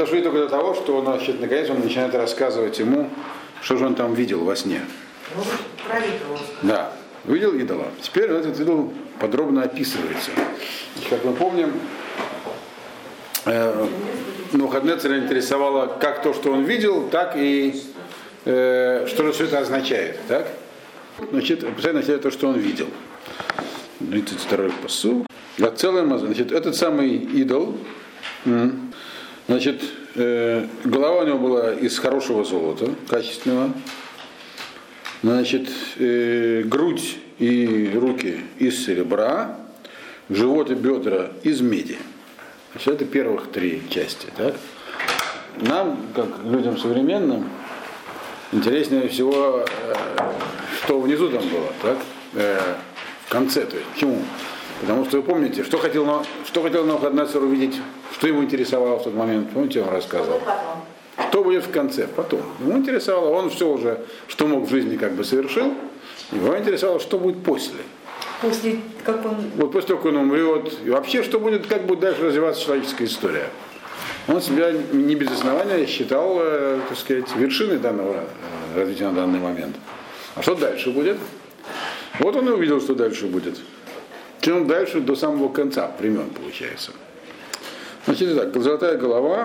дошли только до того, что значит, наконец он начинает рассказывать ему, что же он там видел во сне. Ну, про идола. Да, увидел идола. Теперь этот идол подробно описывается. Как мы помним, Навуходоносора интересовало как то, что он видел, так и что же все это означает. Так? Значит, описание означает то, что он видел. 32-й пасук. Значит, этот самый идол, значит, голова у него была из хорошего золота, качественного. Значит, грудь и руки из серебра, живот и бедра из меди. Значит, это первых три части. Так? Нам, как людям современным, интереснее всего, что внизу там было, так? В конце. То есть, почему? Потому что вы помните, что хотел Навуходоносор увидеть, что ему интересовало в тот момент. Помните, я вам рассказывал? Что будет в конце? Потом. Ему интересовало, он все уже, что мог в жизни, как бы совершил. Его интересовало, что будет после. После, как он... Вот после того, как он умрет. И вообще, что будет, как будет дальше развиваться человеческая история. Он себя не без основания считал, так сказать, вершиной данного развития на данный момент. А что дальше будет? Вот он и увидел, что дальше будет. Чем дальше до самого конца времен, получается. Значит, так, золотая голова,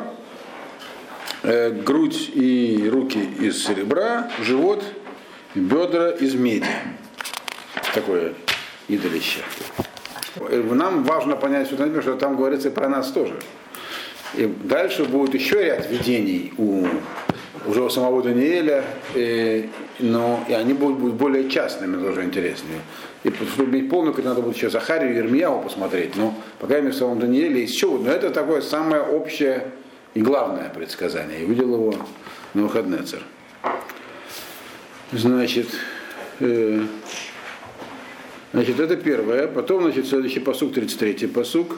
грудь и руки из серебра, живот и бедра из меди. Такое идолище. Нам важно понять, что там говорится про нас тоже. И дальше будет еще ряд видений уже у самого Даниэля, но и они будут более частными, тоже интереснее. И чтобы иметь полную, надо будет еще Захарию и Ирмияу посмотреть, но пока в самом Даниэле есть еще. Но это такое самое общее и главное предсказание. И увидел его Навуходоносор. Значит, это первое. Потом, значит, следующий пасук, 33-й пасук.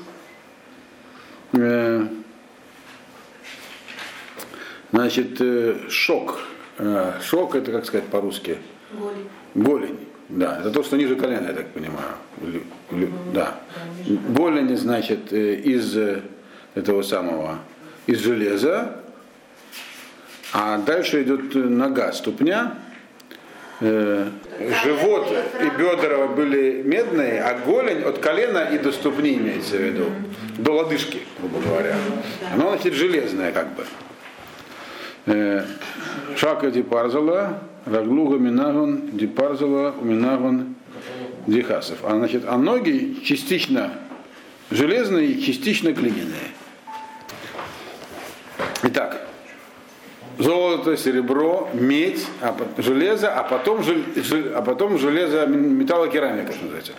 Значит, шок. Шок это, как сказать по-русски? Голень. Да, это то, что ниже колена, я так понимаю. Да. Голень, значит, из этого самого, из железа. А дальше идет нога, ступня. Живот и бедра были медные, а голень от колена и до ступни имеется в виду. До лодыжки, грубо говоря. Оно, значит, железное как бы. Шака дипарзала, раглуга минагон, дипарзала, минагон, дихасов. А ноги частично железные и частично глиняные. Итак, золото, серебро, медь, железо, а потом железо, металлокерамика, что называется.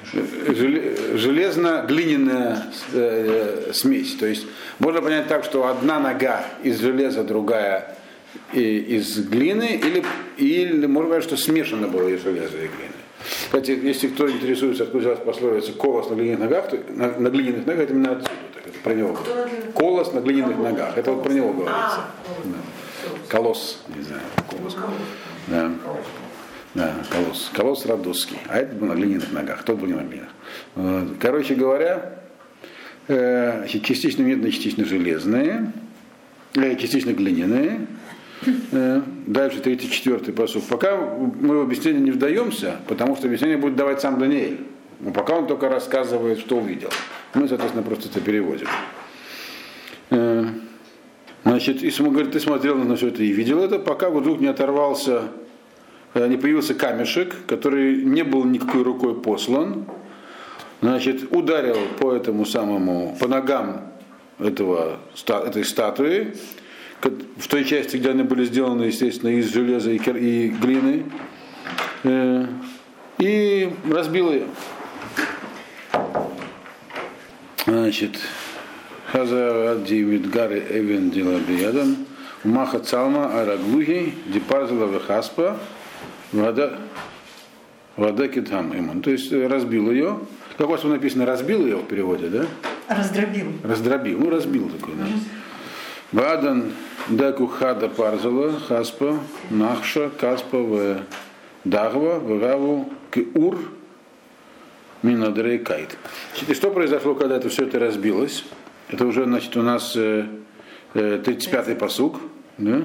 Железно-глиняная смесь. То есть можно понять так, что одна нога из железа, другая из глины, или можно говорить, что смешано было из железа и глины. Кстати, если кто интересуется, откуда взялась пословица «колос на глиняных ногах», то на глиняных ногах это именно отсюда. Так, это про него. Колос на глиняных ногах. Это вот про него говорится. Да. Колосс, не знаю, колосс. Да. Да, колосс. Колосс Радосский. А это был на глиняных ногах. Тот был не на глиняных. Короче говоря, частично медные, частично железные, частично глиняные. Дальше 34-й пасук. Пока мы в объяснение не вдаемся, потому что объяснение будет давать сам Даниэль. Но пока он только рассказывает, что увидел. Мы, соответственно, просто это переводим. Значит, если он говорит, ты смотрел на все это и видел это, пока вдруг не оторвался, не появился камешек, который не был никакой рукой послан, значит, ударил по этому самому, по ногам этой статуи, в той части, где они были сделаны, естественно, из железа и глины, и разбил ее. Значит, Хаза Дивид Гары Эвен Дилабиядам, Маха Цалма Араглухи, Дипарзала Вехаспа, Вода Кидхам Имон. То есть разбил ее. Как у вас написано, разбил ее в переводе, да? Раздробил. Раздробил. Ну, разбил такой, да. Вадан Дакухада Парзала, Хаспа, Нахша, Каспа, В Дагва, Вгаву, Киур, Минадрей Кайт. И что произошло, когда это все это разбилось? Это уже, значит, у нас 35-й пасук. Да?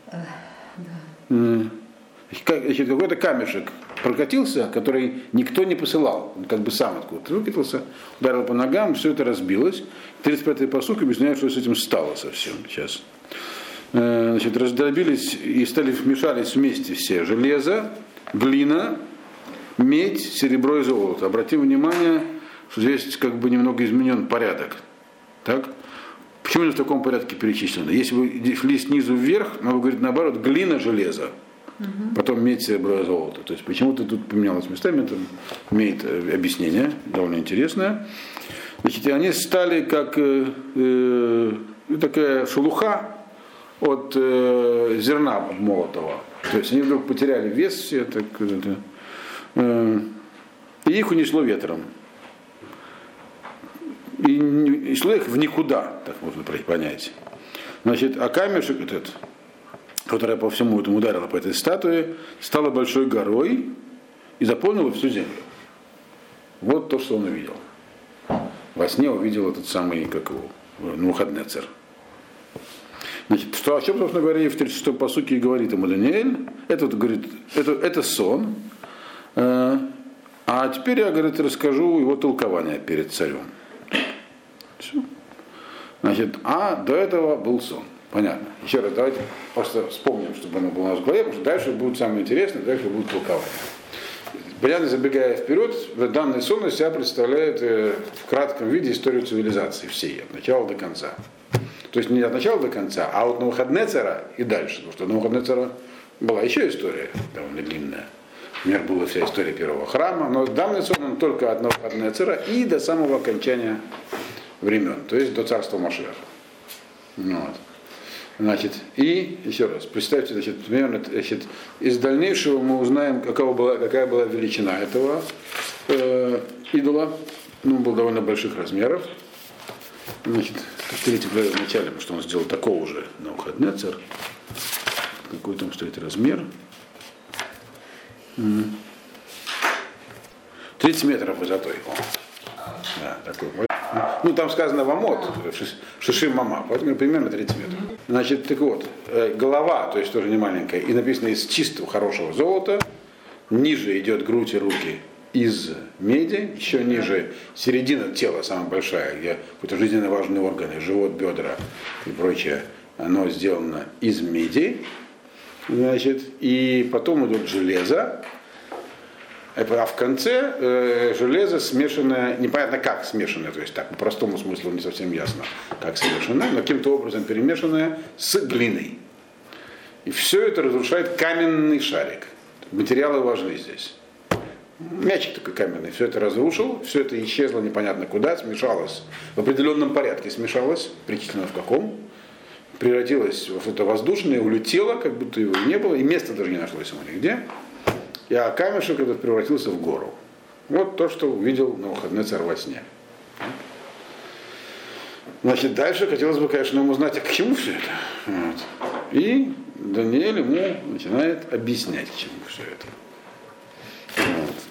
Значит, какой-то камешек прокатился, который никто не посылал. Он как бы сам откуда-то выкатился, ударил по ногам, все это разбилось. 35-й пасук объясняет, что с этим стало совсем сейчас. Значит, раздробились и вмешались вместе все: железо, глина, медь, серебро и золото. Обратим внимание, что здесь как бы немного изменен порядок. Так? Почему именно в таком порядке перечислено? Если вы шли снизу вверх, надо говорить наоборот: глина, железо, потом медь, серебро и золото. То есть почему-то тут поменялось местами, это имеет объяснение, довольно интересное. Значит, они стали как такая шелуха от зерна молотого. То есть они вдруг потеряли вес все, и их унесло ветром. И несло их в никуда, так можно понять. Значит, а камешек этот, которая по всему этому ударила по этой статуе, стала большой горой и заполнила всю землю. Вот то, что он увидел. Во сне увидел этот самый, как его, Навуходоносор. Значит, что, о чем, собственно говоря, и в 36-м пасуке говорит ему Даниэль. Это, говорит, это сон. А теперь я, говорит, расскажу его толкование перед царем. Все. Значит, до этого был сон. Понятно. Еще раз давайте просто вспомним, чтобы оно было у нас в голове, потому что дальше будет самое интересное, дальше будет толкование. Понятно, забегая вперед, данный сон из себя представляет в кратком виде историю цивилизации всей, от начала до конца. То есть не от начала до конца, а от Навуходоносора и дальше. Потому что у Навуходоносора была еще история довольно длинная. Например, была вся история первого храма, но данный сон он только от Навуходоносора и до самого окончания времен, то есть до царства Машиаха. Вот. Значит, и еще раз, представьте, значит, примерно, значит, из дальнейшего мы узнаем, какая была величина этого идола. Ну, он был довольно больших размеров. Значит, повторите в начале, потому что он сделал такого же Навуходоносор. Какой там стоит размер? 30 метров высотой. Да, такой. Ну, там сказано вамот, шишим мама, поэтому примерно 30 метров. Значит, так вот, голова, то есть тоже не маленькая, и написано из чистого, хорошего золота, ниже идет грудь и руки из меди, еще ниже середина тела, самая большая, где какие-то жизненно важные органы, живот, бедра и прочее, оно сделано из меди, значит, и потом идет железо, а в конце железо смешанное, непонятно как смешанное, то есть так по простому смыслу не совсем ясно, как смешанное, но каким-то образом перемешанное с глиной. И все это разрушает каменный шарик. Материалы важны здесь. Мячик такой каменный, все это разрушил, все это исчезло непонятно куда, смешалось, в определенном порядке смешалось, причисленно в каком, превратилось во что-то воздушное, улетело, как будто его и не было, и места даже не нашлось ему нигде. А камешек этот превратился в гору. Вот то, что увидел Навуходоносор во сне. Значит, дальше хотелось бы, конечно, ему узнать, а к чему все это. Вот. И Даниэль ему начинает объяснять, к чему все это.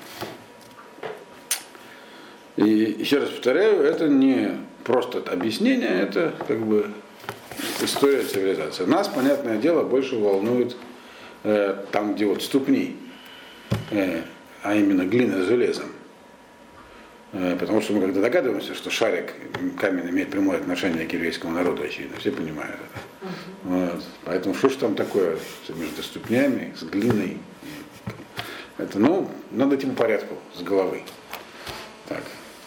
Вот. И еще раз повторяю, это не просто объяснение, это как бы история цивилизации. Нас, понятное дело, больше волнует там, где вот ступни, а именно глина с железом. Потому что мы когда догадываемся, что шарик каменный имеет прямое отношение к еврейскому народу, очевидно, все понимают это. Вот. Поэтому что ж там такое между ступнями, с глиной? Это, ну, надо идти по порядку, с головы. Так.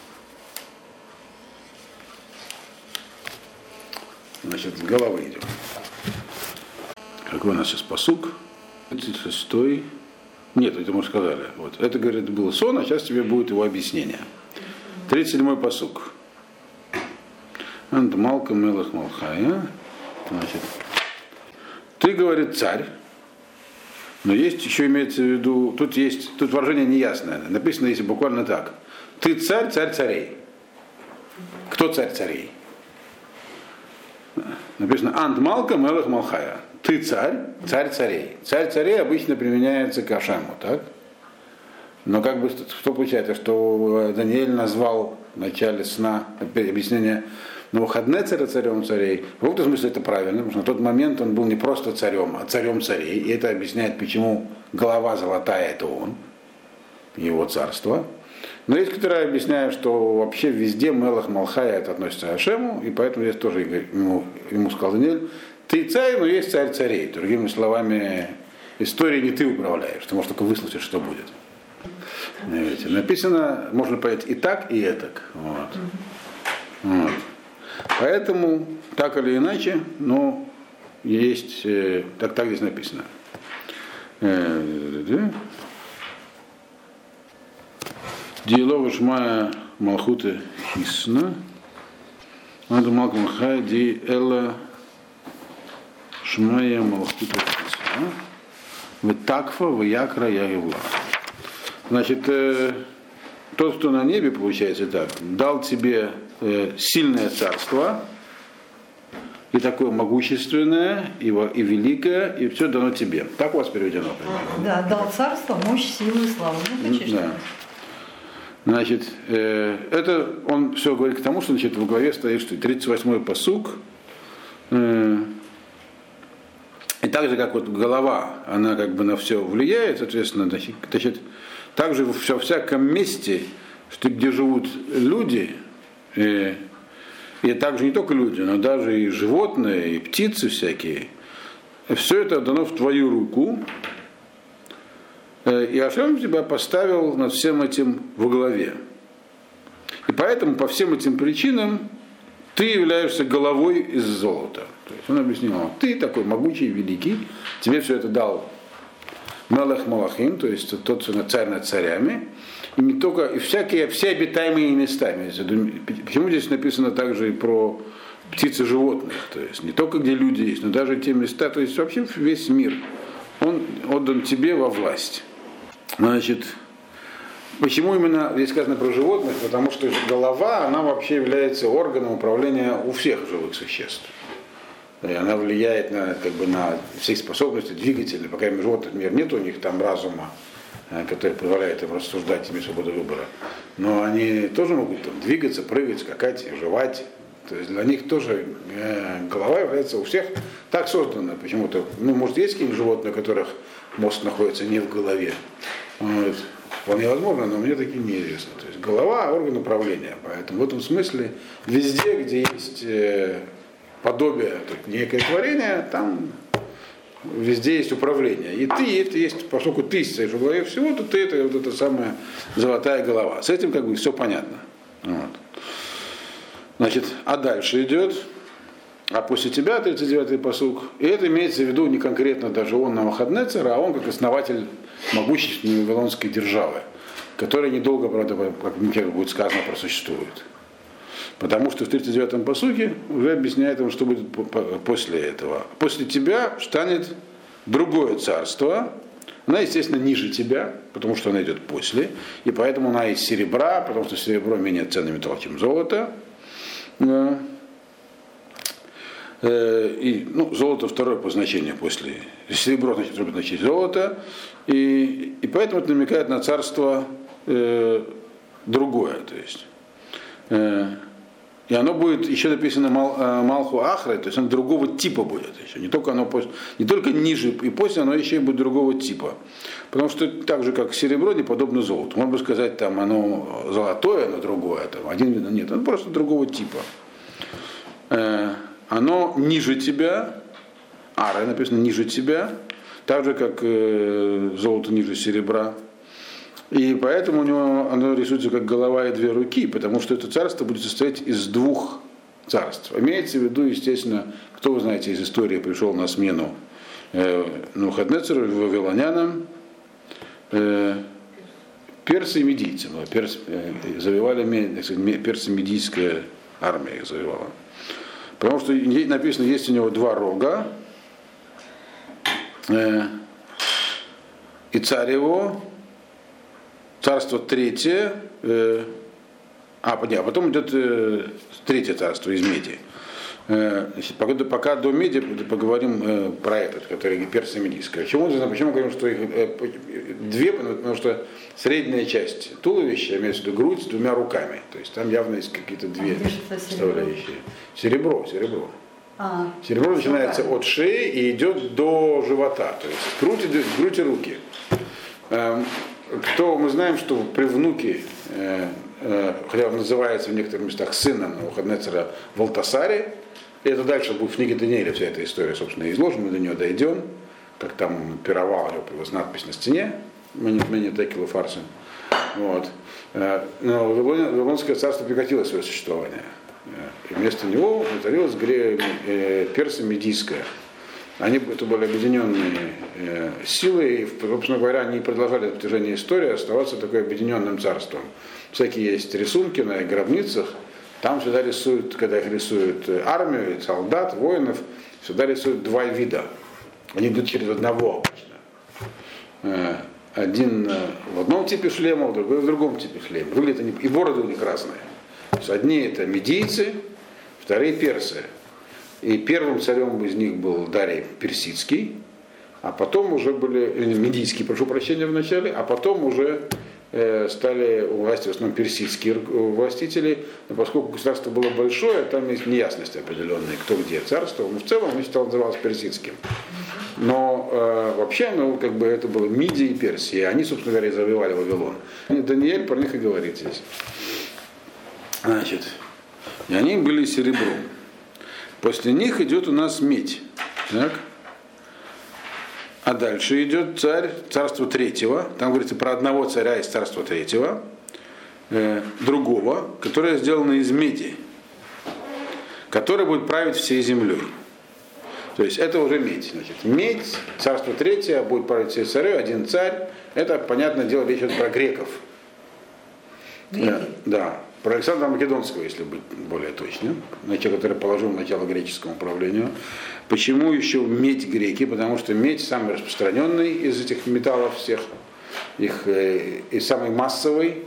Значит, с головы идем. Какой у нас сейчас пасук? 36-й. Нет, это мы уже сказали. Вот. Это, говорит, был сон, а сейчас тебе будет его объяснение. 37-й пасук. Малка Мелах Малхая. Значит, ты, говорит, царь, но есть еще имеется в виду, тут выражение неясное. Написано, если буквально так. Ты царь, царь царей. Кто царь царей? Написано Ант Малка Мелах Малхая. Ты царь, царь царей. Царь царей обычно применяется к Ашему, так? Но как бы что получается, что Даниэль назвал в начале сна, объяснение, Навуходоносора царем царей. В каком-то смысле это правильно, потому что на тот момент он был не просто царем, а царем царей. И это объясняет, почему голова золотая это он, его царство. Но есть, которые объясняют, что вообще везде Мелах Малхая это относится к Ашему, и поэтому здесь тоже ему сказал Даниэль, ты царь, но есть царь царей. Другими словами, истории не ты управляешь, ты можешь только выслушать, что будет. Видите, написано, можно понять и так, и этак. Вот. Поэтому, так или иначе, но есть, так здесь написано. Диалога Шмая Малхута Хисна. Надо Малкам Хай Ди Элла Шмая Малхута Хисна. Витакфа Виякра Ягевла. Значит, тот, кто на небе, получается так, дал тебе сильное царство, и такое могущественное, и великое, и все дано тебе. Так у вас переведено, понимаете? Да, дал царство, мощь, силу и славу. Да. Значит, это он все говорит к тому, что значит, в главе стоит, что 38-й пасук. И так же, как вот голова, она как бы на все влияет, соответственно, значит, также во всяком месте, что где живут люди, и также не только люди, но даже и животные, и птицы всякие, все это дано в твою руку, и Ашем тебя поставил над всем этим во главе. И поэтому по всем этим причинам ты являешься головой из золота. То есть он объяснил, ты такой могучий, великий, тебе все это дал Мелех Малахим, то есть тот, кто царь над царями, и не только, и все обитаемые места. Почему здесь написано также и про птиц и животных, то есть не только где люди есть, но даже те места, то есть вообще весь мир, он отдан тебе во власть. Значит, почему именно здесь сказано про животных? Потому что голова, она вообще является органом управления у всех живых существ. И она влияет на, как бы, на все способности двигателей, пока животных мир нет у них там разума, который позволяет им рассуждать, иметь свободу выбора. Но они тоже могут там двигаться, прыгать, скакать, жевать. То есть для них тоже голова является у всех так создана. Почему-то, может, есть какие-нибудь животные, у которых мозг находится не в голове. Вот. Вполне возможно, но мне такие неизвестно. То есть голова – орган управления. Поэтому в этом смысле везде, где есть подобие некое творение, там везде есть управление. И ты это есть, поскольку ты стоишь в голове всего, то ты это вот эта самая золотая голова. С этим как бы все понятно. Вот. Значит, а дальше идет, а после тебя 39-й пасук. И это имеется в виду не конкретно даже он Навуходоносор, а он как основатель могущественной вавилонской державы, которая недолго, правда, как будет сказано, просуществует. Потому что в 39-м пасуке уже объясняет ему, что будет после этого. После тебя станет другое царство. Она, естественно, ниже тебя, потому что она идет после. И поэтому она из серебра, потому что серебро менее ценный металл, чем золото. И, золото второе по значению после. Серебро, значит, второе по значению золота. И поэтому это намекает на царство другое. То есть. И оно будет, еще написано Малху Ахры, то есть оно другого типа будет еще. Не только ниже и после, оно еще и будет другого типа. Потому что так же, как серебро, не подобно золоту. Можно сказать, там оно золотое, оно другое, там один нет, оно просто другого типа. Оно ниже тебя, Ара написано ниже тебя, так же, как золото ниже серебра. И поэтому у него оно рисуется как голова и две руки, потому что это царство будет состоять из двух царств. Имеется в виду, естественно, кто, вы знаете, из истории пришел на смену Навуходоносору, вавилонянам, персы и медийцы. Завоевали, персо-медийская армия их завоевала. Потому что написано, есть у него два рога, и царь его, царство третье, а потом идет третье царство из меди. Значит, пока до Меди поговорим про этот, который персо-медийская. Почему мы говорим, что их две? Потому что средняя часть туловища, имеется в виду грудь, с двумя руками. То есть там явно есть какие-то две составляющие. Серебро. Серебро начинается от шеи и идет до живота. То есть грудь и руки. Мы знаем, что при внуке, хотя он называется в некоторых местах сыном Навуходоносора Валтасаре, и это дальше будет в книге Даниэля вся эта история, собственно, изложена, мы до нее дойдем, как там пировал, у надпись на стене, Мэни Текила Фарсен. Вот. Но Вавилонское царство прекратило свое существование. И вместо него воцарилось персо-медийское. Это были объединенные силы, и, собственно говоря, они продолжали на протяжении истории оставаться такой объединенным царством. Всякие есть рисунки на гробницах, там всегда рисуют, когда их рисуют армию, солдат, воинов, всегда рисуют два вида. Они идут через одного обычно. Один в одном типе шлема, другой в другом типе шлема. Выглядят они, и бороды у них разные. То есть одни это медийцы, вторые персы. И первым царем из них был Дарий Персидский, а потом уже были, медийский, прошу прощения, вначале, а потом уже стали у власти в основном персидские властители, но поскольку государство было большое, там есть неясности определенные, кто где царствовал, но в целом оно называлось персидским. Но вообще, это было Мидия и Персия, и они, собственно говоря, завоевали Вавилон. Даниэль про них и говорит здесь. Значит, и они были серебром. После них идет у нас медь. Так? А дальше идет царство третьего. Там говорится про одного царя из царства третьего, другого, которое сделано из меди, который будет править всей землей. То есть это уже медь. Значит, медь, царство третье, будет править всей царей, один царь. Это, понятное дело, речь идет про греков. Да. Про Александра Македонского, если быть более точным, который положил начало греческому правлению. Почему еще медь греки? Потому что медь самый распространенный из этих металлов всех, и самый массовый,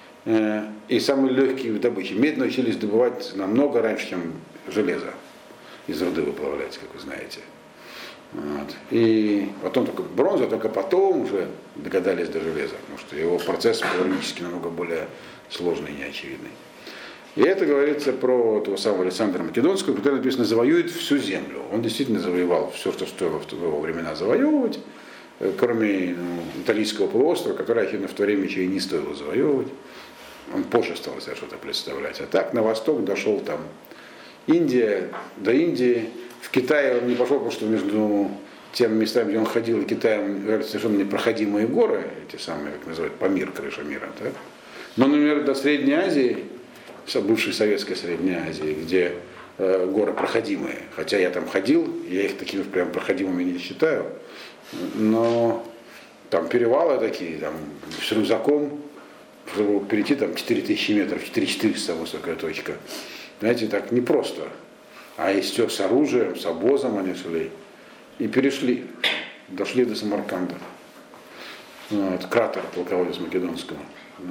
и самый легкий в добыче. Медь научились добывать намного раньше, чем железо из руды выплавлять, как вы знаете. Вот. И потом только бронза, только потом уже догадались до железа, потому что его процесс металлургически намного более сложный и неочевидный. И это говорится про того самого Александра Македонского, который написано завоюет всю землю. Он действительно завоевал все, что стоило в его времена завоевывать, кроме Италийского полуострова, который, очевидно, в то время еще и не стоило завоевывать. Он позже стал себе что-то представлять. А так на восток дошел там Индия, до Индии. В Китае он не пошел, потому что между теми местами, где он ходил, и Китаем совершенно непроходимые горы, эти самые, как называют, Памир, крыша мира. Так? Но, например, до Средней Азии, бывшей советской Средней Азии, где горы проходимые, хотя я там ходил, я их такими прям проходимыми не считаю, но там перевалы такие, там, с рюкзаком, чтобы перейти там 4000 метров, 4400 высокая точка. Знаете, так непросто. А и все с оружием, с обозом они шли. И перешли, дошли до Самарканда. Вот, кратер полководец Македонского.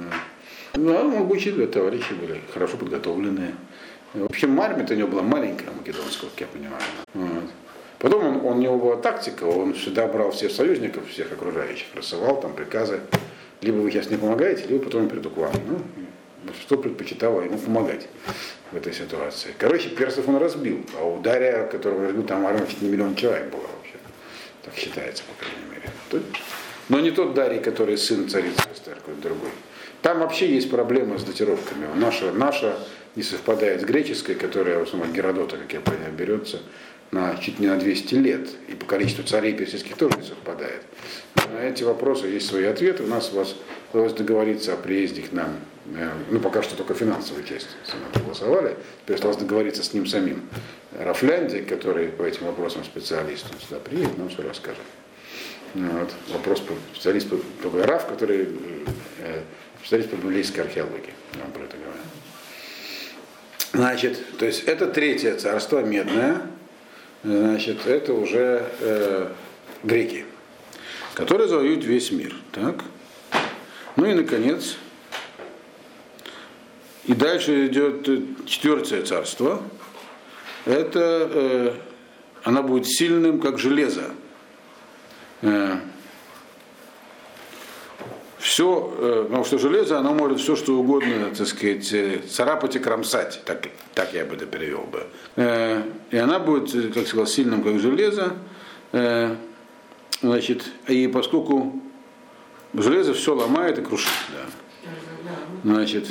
Ну, могучие товарищи были, хорошо подготовленные. В общем, армия-то у него была маленькая, Македонского, как я понимаю. Вот. Потом у него была тактика, он всегда брал всех союзников, всех окружающих, рассылал там приказы. Либо вы сейчас не помогаете, либо потом я приду к вам. Ну, что предпочитало ему помогать в этой ситуации. Короче, персов он разбил, а у Дария, которого разбил, там армия чуть не 1 000 000 человек было вообще. Так считается, по крайней мере. Но не тот Дарий, который сын царицы Эстер, какой-то другой. Там вообще есть проблема с датировками. Наша не совпадает с греческой, которая в основном от Геродота, как я понимаю, берется чуть не на 200 лет. И по количеству царей персидских тоже не совпадает. На эти вопросы есть свои ответы. У нас удалось договориться о приезде к нам. Ну, пока что только финансовую часть проголосовали. Теперь осталось договориться с ним самим. Рафлянди, который по этим вопросам специалист, он сюда приедет, нам все расскажет. Вот. Вопрос специалист такой Раф, который специалист по библейской археологии. Я вам про это говорю. Значит, то есть это третье царство, медное. Значит, это уже греки, которые завоюют весь мир. Так? Ну и наконец, и дальше идет четвертое царство. это она будет сильным, как железо. Все, потому что железо, оно может все что угодно, так сказать, царапать и кромсать, так я бы это перевел бы. И она будет, как сказал, сильным, как железо. Значит, и поскольку железо все ломает и крушит, да. Значит,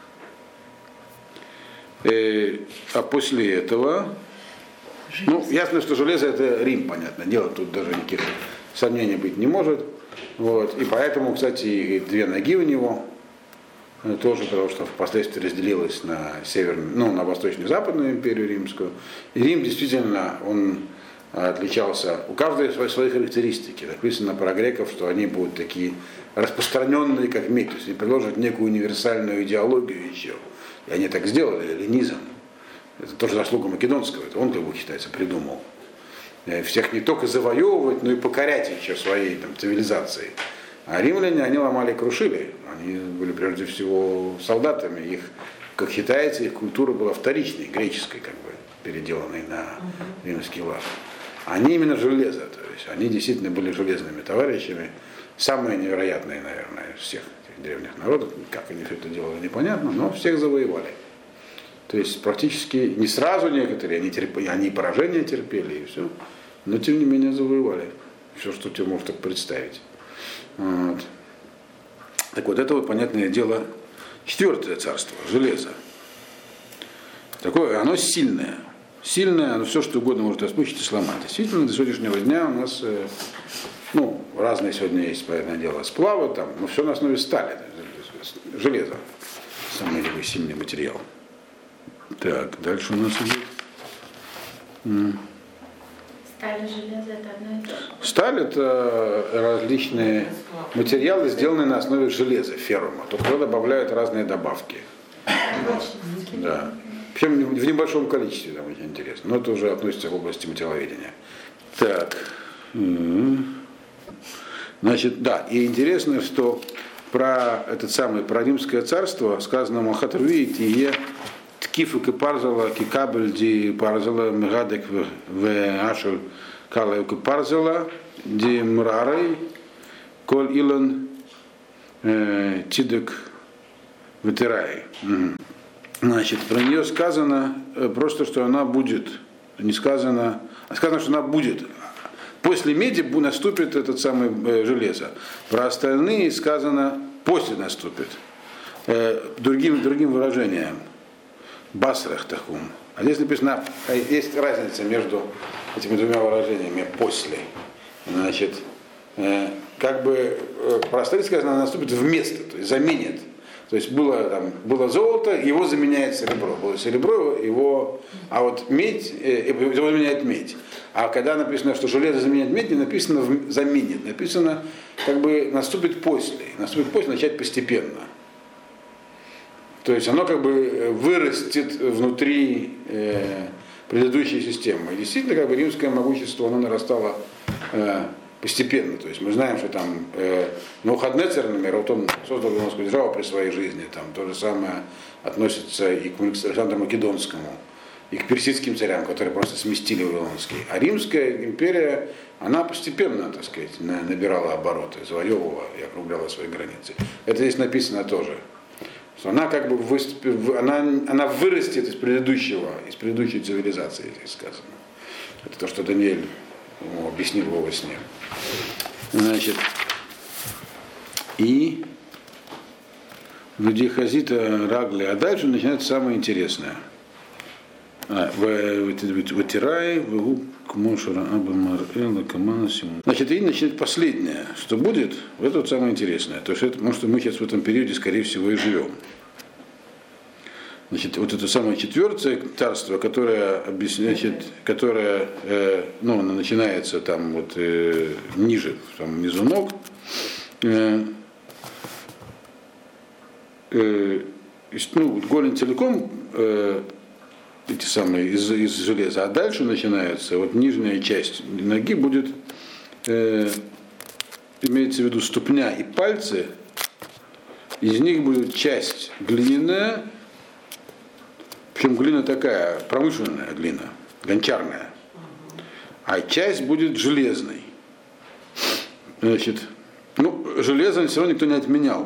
а после этого, ну, ясно, что железо это Рим, понятное дело, тут даже никаких сомнений быть не может. Вот. И поэтому, кстати, и две ноги у него тоже, потому что впоследствии разделилась на северную, ну, на восточную и западную империю римскую. И Рим действительно, он отличался, у каждой свои характеристики. Написано про греков, что они будут такие распространенные, как медь, то есть они предложат некую универсальную идеологию еще. И они так сделали, эллинизм. Это тоже заслуга Македонского, это он, как бы считается, придумал. Всех не только завоевывать, но и покорять еще своей там, цивилизацией. А римляне, они ломали и крушили. Они были прежде всего солдатами. Их, как считается, их культура была вторичной, греческой, как бы, переделанной на римский лад. Они именно железо, то есть они действительно были железными товарищами. Самые невероятные, наверное, из всех этих древних народов. Как они все это делали, непонятно, но всех завоевали. То есть практически не сразу некоторые, они поражения терпели и все, но тем не менее завоевали. Все, что тебе можно так представить. Вот. Так вот, это вот, понятное дело, 4 царство, железо. Такое, оно сильное. Сильное, оно все, что угодно может распучить и сломать. Действительно, до сегодняшнего дня у нас, ну, разные сегодня есть, понятное дело, сплавы там, но все на основе стали. Железо. Самый такой сильный материал. Так, дальше у нас идет. Сталь и железо это одно и то же. Сталь это различные материалы, сделанные на основе железа, феррума. Только туда добавляют разные добавки. Да. Причем в небольшом количестве, там очень интересно. Но это уже относится к области материаловедения. Так. Значит, да, и интересно, что про про Римское царство сказано Махатруи Тие Ткифу Кипарзала Кикабель Ди Парзала Мегадек в Ашер Калаю Кипарзала Ди Мрарей Коль Илон Тидек Ветерай. Значит, про нее сказано просто, что она будет. Не сказано, а сказано, что она будет. После меди наступит этот самый железо. Про остальные сказано после наступит. Другим выражением. Басрах тахум. А здесь написано, есть разница между этими двумя выражениями после. Значит, как бы про остальные сказано, она наступит вместо, то есть заменит. То есть было золото, его заменяет серебро. Было серебро, а вот медь, его заменяет медь. А когда написано, что железо заменяет медь, не написано заменит. Написано, как бы наступит после. Наступит после, начать постепенно. То есть оно как бы вырастет внутри предыдущей системы. И действительно, как бы римское могущество, оно нарастало постепенно. То есть мы знаем, что там Навуходоносор, например, вот он создал Вавилонскую державу при своей жизни. Там то же самое относится и к Александру Македонскому, и к персидским царям, которые просто сместили Вавилонские. А Римская империя, она постепенно, так сказать, набирала обороты, завоевывала и округляла свои границы. Это здесь написано тоже. Что она как бы она вырастет из предыдущей цивилизации, здесь сказано. Это то, что Даниэль объяснил его во сне. Значит, и Вадихазита Рагли, а дальше начинается самое интересное. Значит, и начинает последнее, что будет, вот это самое интересное. То есть потому что мы сейчас в этом периоде, скорее всего, и живем. Значит, вот это самое 4 царство, которое начинается там вот ниже, там внизу ног, голень целиком эти самые из железа, а дальше начинается вот нижняя часть ноги будет, имеется в виду ступня и пальцы, из них будет часть глиняная, причем глина такая, промышленная глина, гончарная, а часть будет железной. Значит, железо все равно никто не отменял.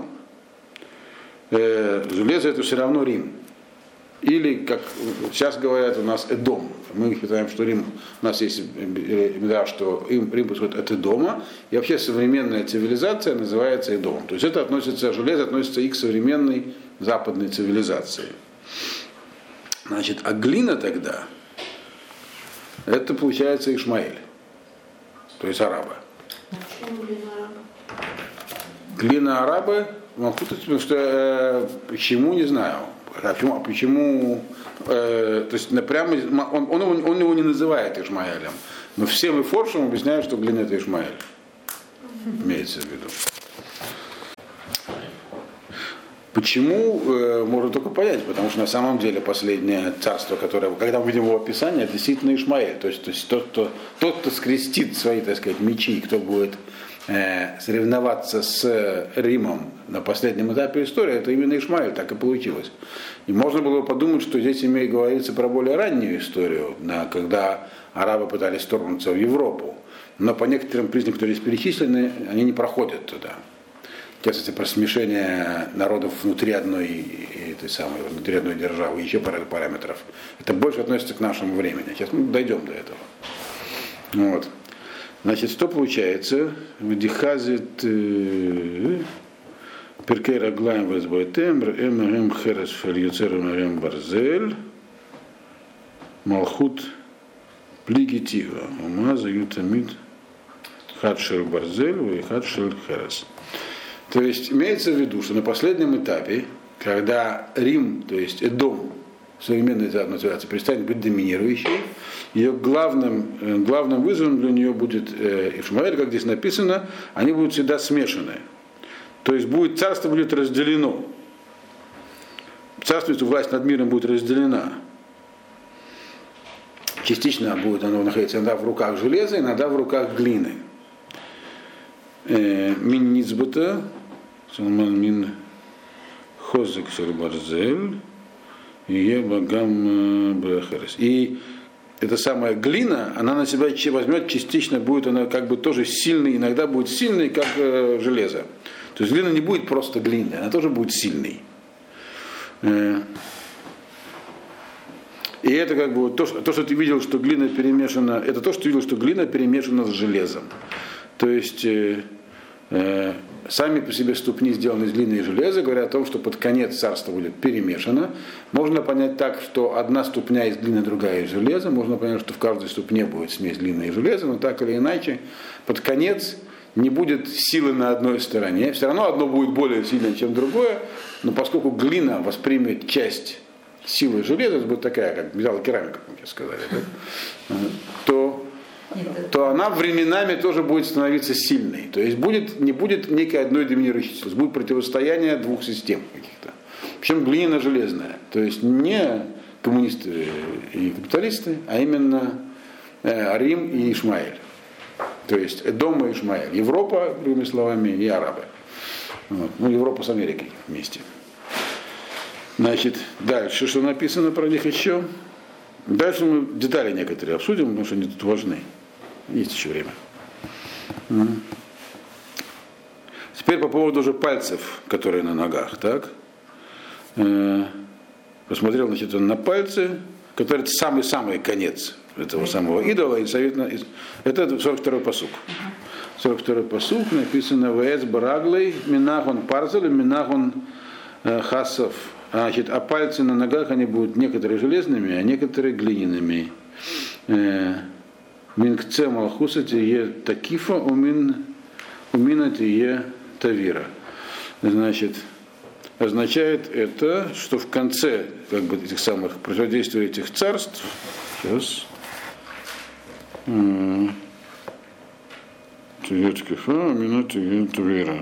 Железо это все равно Рим. Или, как сейчас говорят, у нас Эдом. Мы считаем, что Рим, у нас есть что Рим происходит от Эдома, и вообще современная цивилизация называется Эдомом. То есть железо относится и к современной западной цивилизации. Значит, а глина тогда, это получается Ишмаэль, то есть арабы. Почему глина араба? Глина арабы, потому что почему, не знаю. Почему? То есть прямо он его не называет Ишмаэлем, но все выфоршим объясняют, что глина это Ишмаэль. Имеется в виду. Почему, можно только понять, потому что на самом деле последнее царство, которое, когда мы видим его описание, действительно Ишмаэль. То есть тот, кто скрестит свои, так сказать, мечи, кто будет соревноваться с Римом на последнем этапе истории, это именно Ишмаэль, так и получилось. И можно было подумать, что здесь говорится про более раннюю историю, когда арабы пытались вторгнуться в Европу. Но по некоторым признакам, которые здесь перечислены, они не проходят туда. Кстати, про смешение народов внутри одной державы, еще пара параметров. Это больше относится к нашему времени. Сейчас мы дойдем до этого. Вот. Значит, что получается? Вдихазит перкей раглаем везбойтем, эмэгэм херес фельюцерем эгэм барзель, малхут плигитива, умаза ютамид хадшель барзель и хадшель херес. То есть имеется в виду, что на последнем этапе, когда Рим, то есть Эдом, современная западная цивилизация, перестанет быть доминирующей, ее главным вызовом для нее будет Ишмаэль, как здесь написано, они будут всегда смешаны. То есть царство будет разделено. Царство, власть над миром будет разделена. Частично будет оно находиться иногда в руках железа, иногда в руках глины. Мин ницбата, мин хозек барзель, и багам бехерес. И эта самая глина, она на себя возьмет, частично будет она как бы тоже сильной, иногда будет сильной, как железо. То есть глина не будет просто глиной, она тоже будет сильной. И это как бы то, что ты видел, что глина перемешана, это то, что ты видел, что глина перемешана с железом. То есть сами по себе ступни, сделанные из глины и железа, говорят о том, что под конец царство будет перемешано. Можно понять так, что одна ступня из глины, другая из железа. Можно понять, что в каждой ступне будет смесь глины и железа, но так или иначе, под конец не будет силы на одной стороне. Все равно одно будет более сильное, чем другое, но поскольку глина воспримет часть силы железа, это будет такая, как металлокерамика, как я сказали, да? то она временами тоже будет становиться сильной. То есть не будет некой одной доминирующей силы, будет противостояние двух систем каких-то. Причем глиняно-железная. То есть не коммунисты и капиталисты, а именно Рим и Ишмаэль. То есть Эдом и Ишмаэль. Европа, другими словами, и арабы. Вот. Европа с Америкой вместе. Значит, дальше, что написано про них еще? Дальше мы детали некоторые обсудим, потому что они тут важны. Есть еще время. Теперь по поводу уже пальцев, которые на ногах. Так? Посмотрел, значит, он на пальцы, которые это самый-самый конец этого самого идола. И это 42-й пасук. 42-й пасук написано «Вэс бараглей минахон парзель минахон хасов». Значит, а пальцы на ногах, они будут некоторые железными, а некоторые глиняными. Минкце малхуса тие такифа, умина тие тавира. Значит, означает это, что в конце как бы, этих самых противодействия этих царств, сейчас, тие такифа, умина тие тавира.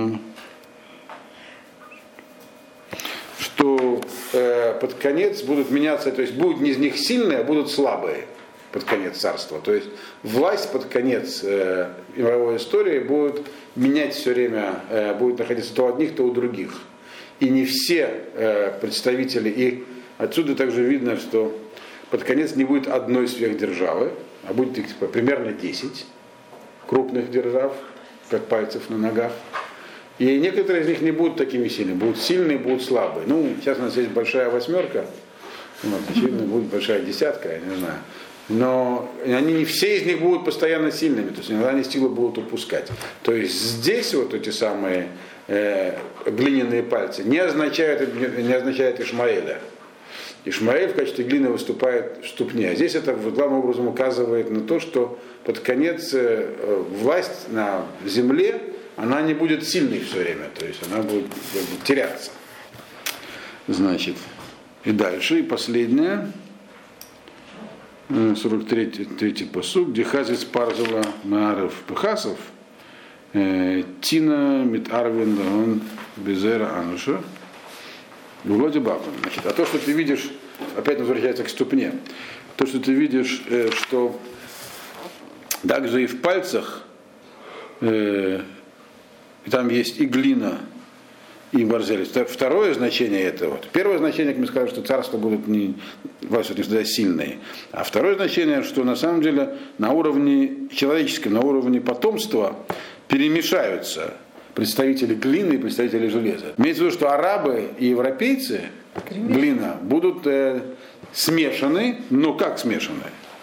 Что под конец будут меняться, то есть будут не из них сильные, а будут слабые под конец царства. То есть власть под конец мировой истории будет менять все время, будет находиться то у одних, то у других. И не все представители, и отсюда также видно, что под конец не будет одной сверхдержавы, а будет их примерно 10 крупных держав, как пальцев на ногах. И некоторые из них не будут такими сильными, будут сильные, будут слабые. Ну, сейчас у нас есть большая восьмерка, вот, очевидно, будет большая десятка, я не знаю. Но они не все из них будут постоянно сильными, то есть иногда они силы будут упускать. То есть здесь вот эти самые глиняные пальцы не означают Ишмаэля. Ишмаэль в качестве глины выступает в ступне. А здесь это главным образом указывает на то, что под конец власть на земле, она не будет сильной все время, то есть она будет теряться. Значит, и дальше, и последнее, 43-й пасук, где хазис парзала мааров пехасов, тина митарвин он безера ануша, вроде бабан. Значит, а то, что ты видишь, опять возвращается к ступне, то, что ты видишь, что также и в пальцах, и там есть и глина, и борзель. Второе значение этого. Первое значение, как мы сказали, что царства будут не всегда сильные. А второе значение, что на самом деле на уровне человеческом, на уровне потомства перемешаются представители глины и представители железа. Имеется в виду, что арабы и европейцы, глина, будут смешаны, но как смешаны?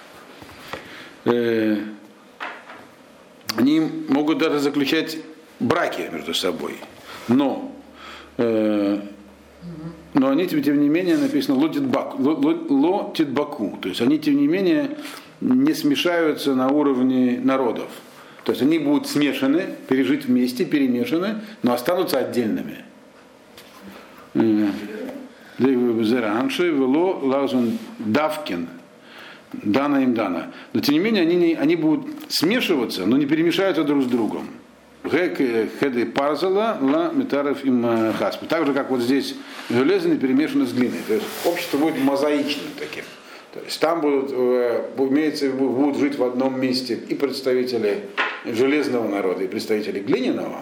Они могут даже заключать браки между собой. Но они, тем не менее, написано лотитбаку. То есть они, тем не менее, не смешаются на уровне народов. То есть они будут смешаны, пережить вместе, перемешаны, но останутся отдельными. Давкин. Дана им дана. Но тем не менее они будут смешиваться, но не перемешаются друг с другом. Хеды парзала ла метаров им хаспи. Так же, как вот здесь железо не перемешано с глиной. То есть общество будет мозаичным таким. То есть там будут жить в одном месте и представители железного народа, и представители глиняного,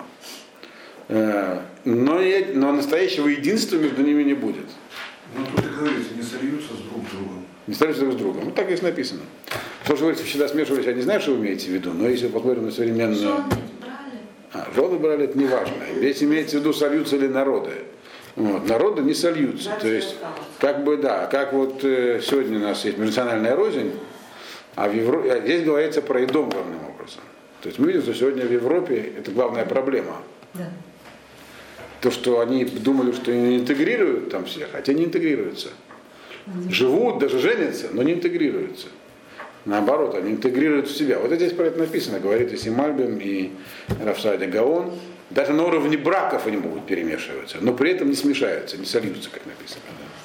но настоящего единства между ними не будет. Ну тут и говорится, не сольются друг с другом. Не сольются друг с другом. Вот так и написано. То, что говорится, всегда смешивались, я не знаю, что вы имеете в виду, но если посмотрим на современную... Жены брали, это не важно. Здесь имеется в виду, сольются ли народы. Вот. Народы не сольются. То есть, как бы, да, как вот сегодня у нас есть межнациональная рознь, а здесь говорится про Идом главным образом. То есть мы видим, что сегодня в Европе это главная проблема. Да. То, что они думали, что они интегрируют там всех, а те не интегрируются. Живут, даже женятся, но не интегрируются. Наоборот, они интегрируют в себя. Вот здесь про это написано, говорит и Симальбим, и Рафсади Гаон. Даже на уровне браков они могут перемешиваться, но при этом не смешаются, не сольются, как написано.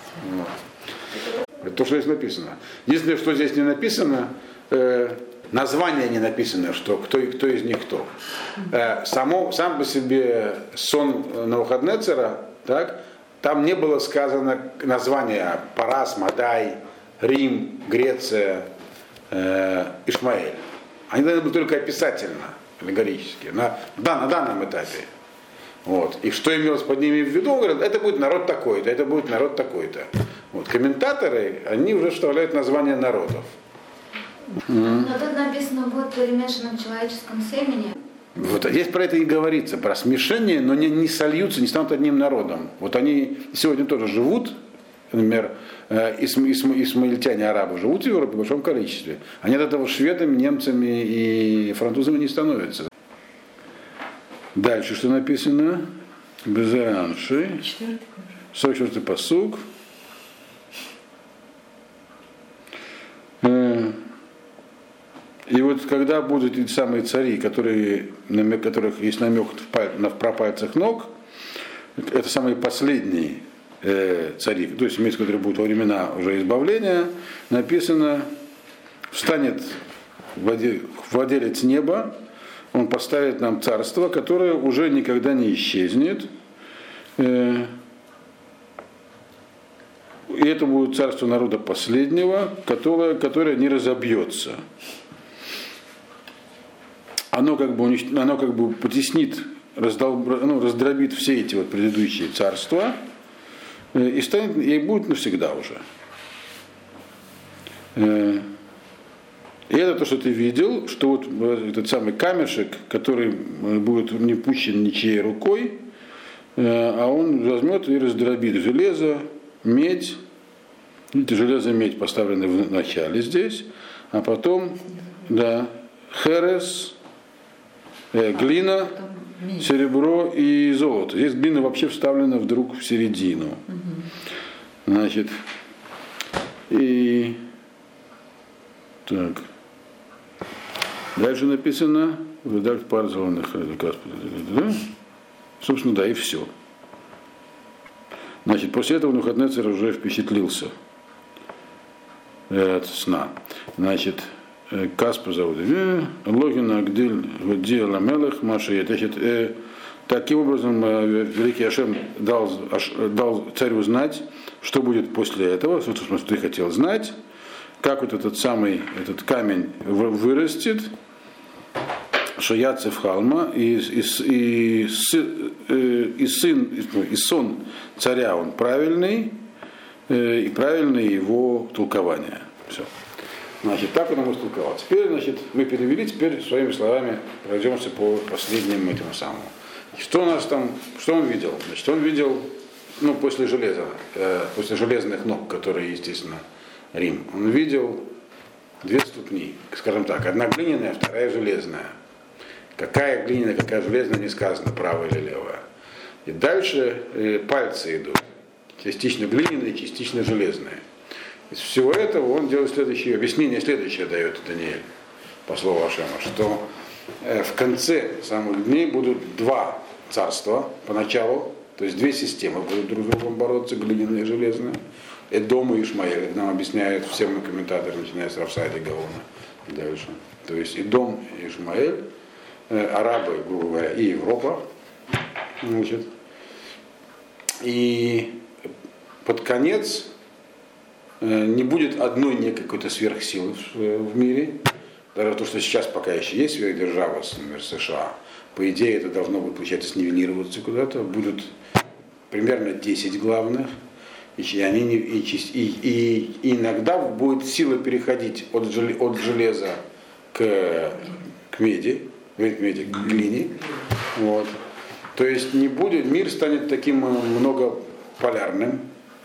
Это то, что здесь написано. Единственное, что здесь не написано, название не написано, что кто из них кто. Сам по себе сон Навуходоносора, так, там не было сказано название Парас, Мадай, Рим, Греция, Ишмаэль. Они должны быть только описательно, аллегорически, на данном этапе. Вот. И что имелось под ними в виду, он говорит, это будет народ такой-то, это будет народ такой-то. Вот. Комментаторы, они уже вставляют название народов. Но тут написано, вот перемешано в человеческом семени. Вот здесь про это и говорится, про смешение, но не сольются, не станут одним народом. Вот они сегодня тоже живут, например, исмаильтяне, арабы живут в Европе в большом количестве. Они от этого шведами, немцами и французами не становятся. Дальше что написано? Безеранши. 44-й пасук. И вот когда будут эти самые цари, которых есть намек про пальцах ног, это самые последние цари, то есть имеется, которые будут во времена уже избавления, написано, встанет владелец неба, он поставит нам царство, которое уже никогда не исчезнет. И это будет царство народа последнего, которое не разобьется. Оно как бы потеснит, раздробит все эти вот предыдущие царства и будет навсегда уже. И это то, что ты видел, что вот этот самый камешек, который будет не пущен ничьей рукой, а он возьмет и раздробит железо, медь. Видите, железо и медь поставлены в начале здесь, а потом, да, херес, глина, серебро и золото. Здесь глина вообще вставлена вдруг в середину. Значит, и так. Дальше написано, выдать пар зеленых, собственно, да, и все. Значит, после этого Навуходоносор уже впечатлился от сна. Значит, Каспа зовут. Логина Агдиль Вадия Ламелах Машиет. Значит, таким образом великий Ашем дал царю знать, что будет после этого, что ты хотел знать, как вот этот камень вырастет, что Яцев Халма, и сон царя он правильный, и правильное его толкование. Все. Значит, так он может толковать. Теперь, значит, мы перевели, теперь своими словами пройдемся по последним этому самому. Что у нас там, что он видел? Значит, он видел, после железа, после железных ног, которые, естественно, Рим, он видел две ступни, скажем так, одна глиняная, вторая железная. Какая глиняная, какая железная, не сказано, правая или левая. И дальше пальцы идут, частично глиняные, частично железные. Из всего этого он делает объяснение следующее дает Даниэль, по слову Ашема, что в конце самых дней будут два царства поначалу, то есть две системы будут друг с другом бороться, глиняные и железные. Эдом и Ишмаэль, это нам объясняют все комментаторы, начиная с Равсади Гаона и дальше. То есть Эдом и Ишмаэль, арабы, грубо говоря, и Европа. Значит. И под конец не будет одной некой какой-то сверхсилы в мире. Даже то, что сейчас пока еще есть сверхдержава, например, США, по идее это должно будет, получается, снивелироваться куда-то. Будут примерно 10 главных. И иногда будет сила переходить от железа к меди, к глине. Вот. То есть мир станет таким многополярным.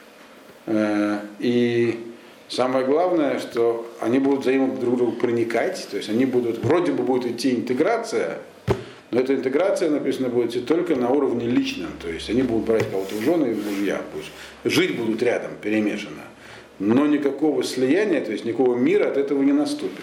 И самое главное, что они будут взаимно друг к другу проникать, то есть вроде бы будет идти интеграция, но эта интеграция, написано, будет идти только на уровне личном, то есть они будут брать кого-то в жены и в мужья, жить будут рядом, перемешано, но никакого слияния, то есть никакого мира от этого не наступит.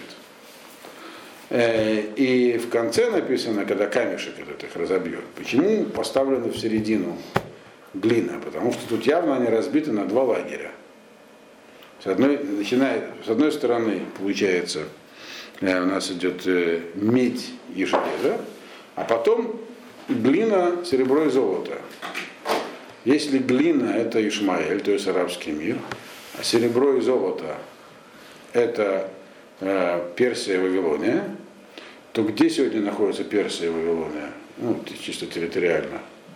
И в конце написано, когда камешек этот их разобьет, почему поставлено в середину глина, потому что тут явно они разбиты на два лагеря. С одной стороны, получается, у нас идет медь и железо, а потом глина, серебро и золото. Если глина это Ишмаэль, то есть арабский мир, а серебро и золото это Персия и Вавилония, то где сегодня находится Персия и Вавилония? Чисто территориально.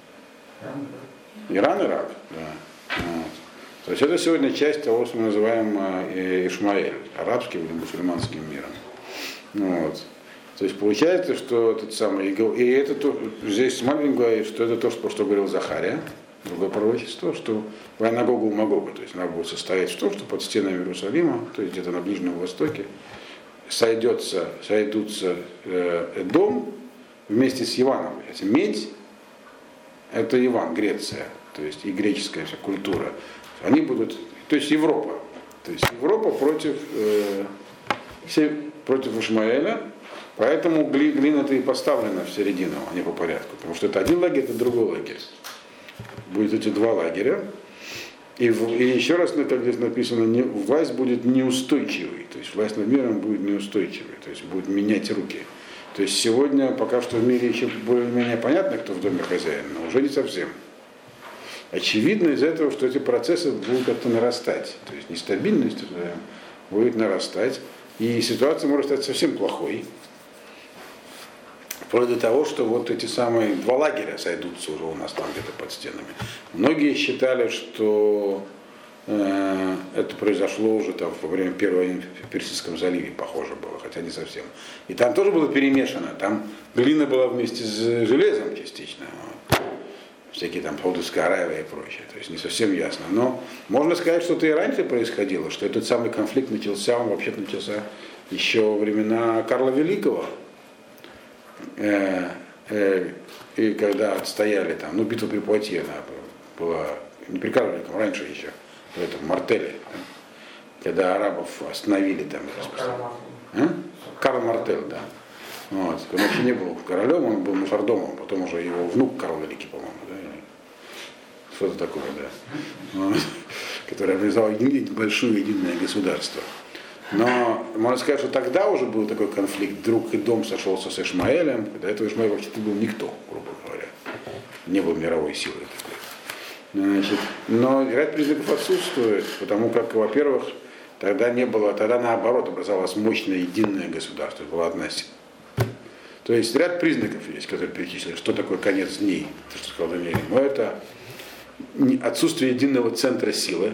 Иран, Ирак, да. Вот. То есть это сегодня часть того, что мы называем Ишмаэль, арабским или мусульманским миром. Вот. То есть получается, что этот самый, и это здесь Мальбим говорит, что это то, что говорил Захария, другое пророчество, что война Гога и Магога, то есть она будет состоять в том, что под стенами Иерусалима, то есть где-то на Ближнем Востоке, сойдутся Эдом вместе с Иваном. Медь это Иван, Греция, то есть и греческая вся культура. Они будут, то есть Европа. То есть Европа против Ишмаэля, поэтому глина-то и поставлена в середину, а не по порядку. Потому что это один лагерь, это другой лагерь. Будет эти два лагеря. И еще раз, как здесь написано, власть будет неустойчивой. То есть власть над миром будет неустойчивой. То есть будет менять руки. То есть сегодня пока что в мире еще более-менее понятно, кто в доме хозяин, но уже не совсем. Очевидно из этого, что эти процессы будут как-то нарастать. То есть нестабильность будет нарастать. И ситуация может стать совсем плохой. Вплоть до того, что вот эти самые два лагеря сойдутся уже у нас там где-то под стенами. Многие считали, что это произошло уже там во время первой в Персидском заливе, похоже было, хотя не совсем. И там тоже было перемешано. Там глина была вместе с железом частично. Вот. Всякие там Саудовская Аравия и прочее. То есть не совсем ясно. Но можно сказать, что это и раньше происходило, что этот самый конфликт начался, он вообще-то начался еще во времена Карла Великого. И когда отстояли там, битва при Пуатье была не при Карле Великом, раньше еще, в этом Мартеле, да, когда арабов остановили там. Карл Мартель, да. Вот. Он вообще не был королем, он был мажордомом, потом уже его внук Карл Великий, по-моему, да. Что-то такое, да. Вот. Который организовал большое единое государство. Но можно сказать, что тогда уже был такой конфликт. Друг и дом сошелся с Ишмаэлем. До этого Ишмаэль вообще-то был никто, грубо говоря. Не был мировой силой такой. Значит, но ряд признаков отсутствует, потому как, во-первых, тогда наоборот образовалось мощное единое государство. Была одна сила. То есть ряд признаков есть, которые перечислили, что такое конец дней, то, что сказал Даниэль. Но это отсутствие единого центра силы.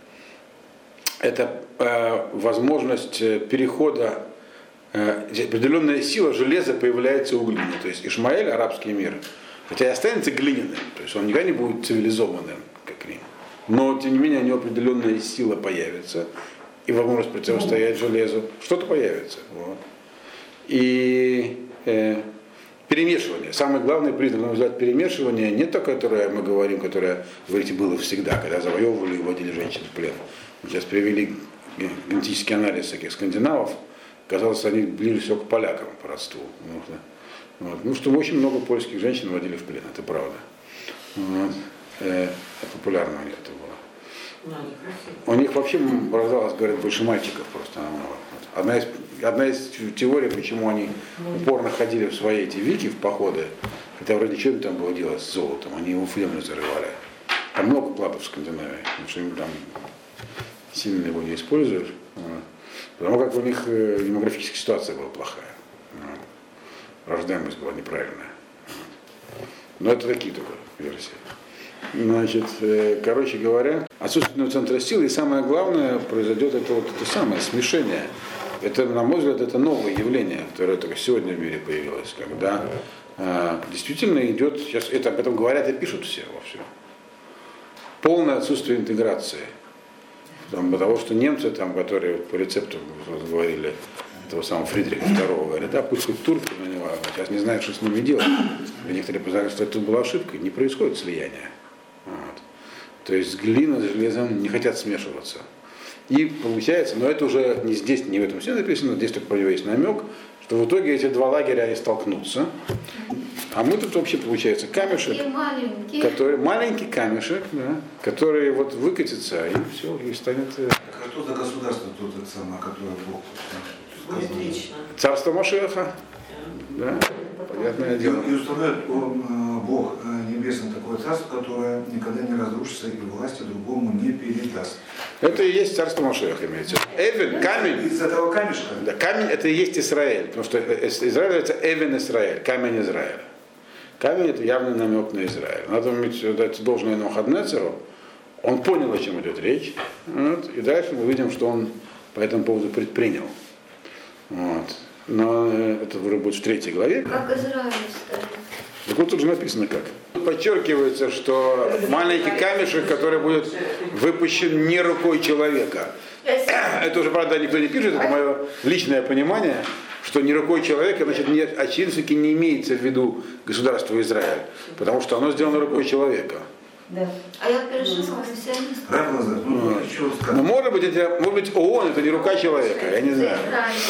Это возможность перехода, определенная сила железа появляется у глины. То есть Ишмаэль, арабский мир, хотя и останется глиняным, то есть он никогда не будет цивилизованным, как Рим. Но, тем не менее, у него определенная сила появится, и возможность противостоять железу, что-то появится. Вот. И перемешивание. Самый главный признак, на мой взгляд, перемешивания не то, которое мы говорим, которое, говорите, было всегда, когда завоевывали и вводили женщин в плен. Мы сейчас привели генетический анализ всяких скандинавов, казалось, они ближе всего к полякам по родству. Вот. Ну, что очень много польских женщин водили в плен, это правда. Вот. Популярно у них это было. У них вообще рождалось, говорят, больше мальчиков просто намного. Одна из теорий, почему они упорно ходили в свои эти вики, в походы, хотя вроде что им там было делать с золотом, они его в землю зарывали. Там много кладов в Скандинавии, потому что им там сильно его не используют. Вот. Потому как у них демографическая ситуация была плохая. Вот. Рождаемость была неправильная. Вот. Но это такие только версии. Значит, короче говоря, отсутствие центра силы, и самое главное, произойдет это самое смешение. Это, на мой взгляд, это новое явление, которое только сегодня в мире появилось, когда действительно идет, сейчас это об этом говорят и пишут все вовсю, полное отсутствие интеграции. Потому что немцы, которые по рецепту говорили этого самого Фридриха II, говорят, да, пусть хоть турки, но не важно, сейчас не знают, что с ними делать. И некоторые познали, что это была ошибка, не происходит слияния. Вот. То есть глина с железом не хотят смешиваться. И получается, но это уже не здесь, не в этом все написано, здесь только про него есть намек, что в итоге эти два лагеря они столкнутся. А мы тут вообще получается камешек, маленький камешек, да, который вот выкатится и все, и станет. А что за государство тут это самое, которое Бог сказал? Царство Машиаха. Да, понятное дело. И установит Бог небесный такое царство, которое никогда не разрушится и власти другому не передаст. Это и есть царство Машиаха, имеется. Эвен, камень. Из этого камешка? Да, камень это и есть Израиль, потому что Израиль это Эвен Израиль, камень Израиля. Камень это явный намек на Израиль. Надо дать должное Навуходоносору. Он понял, о чем идет речь. Вот, и дальше мы видим, что он по этому поводу предпринял. Вот. Но это уже будет в 3 главе. Как Израиль стоит. Так вот тут же написано как. Подчеркивается, что маленький камешек, который будет выпущен не рукой человека. Это уже, правда, никто не пишет, это мое личное понимание, что не рукой человека, значит, очевидно, не имеется в виду государство Израиль, потому что оно сделано рукой человека. Да. А я перешла сионист. Но может быть ООН это не рука человека, я не знаю.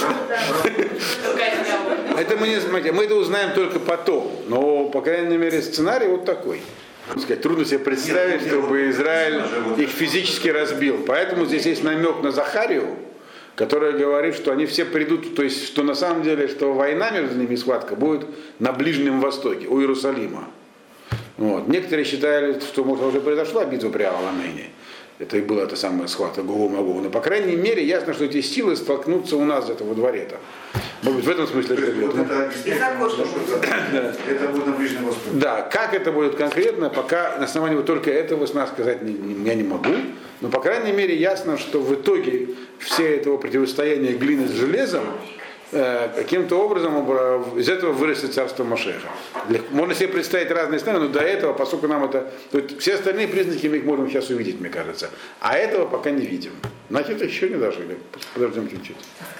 Это мы не знаем, мы это узнаем только потом. Но, по крайней мере, сценарий вот такой. Трудно себе представить, чтобы Израиль их физически разбил. Поэтому здесь есть намек на Захарию, который говорит, что они все придут, то есть, что на самом деле, что война между ними, схватка, будет на Ближнем Востоке, у Иерусалима. Вот. Некоторые считали, что, может, уже произошла битва при Аламейне. Это и была та самая схватка Гогу-Магогу. Но, по крайней мере, ясно, что эти силы столкнутся у нас где-то во дворе там. Может быть, в этом смысле это будет. Это будет на Ближнем Востоке. Да, как это будет конкретно, пока на основании вот только этого с нас сказать я не могу. Но, по крайней мере, ясно, что в итоге все этого противостояния глины с железом каким-то образом из этого вырастет царство Машеха. Можно себе представить разные сцены, но до этого, поскольку нам это... Все остальные признаки мы их можем сейчас увидеть, мне кажется. А этого пока не видим. Значит, еще не дожили. Подождем чуть-чуть.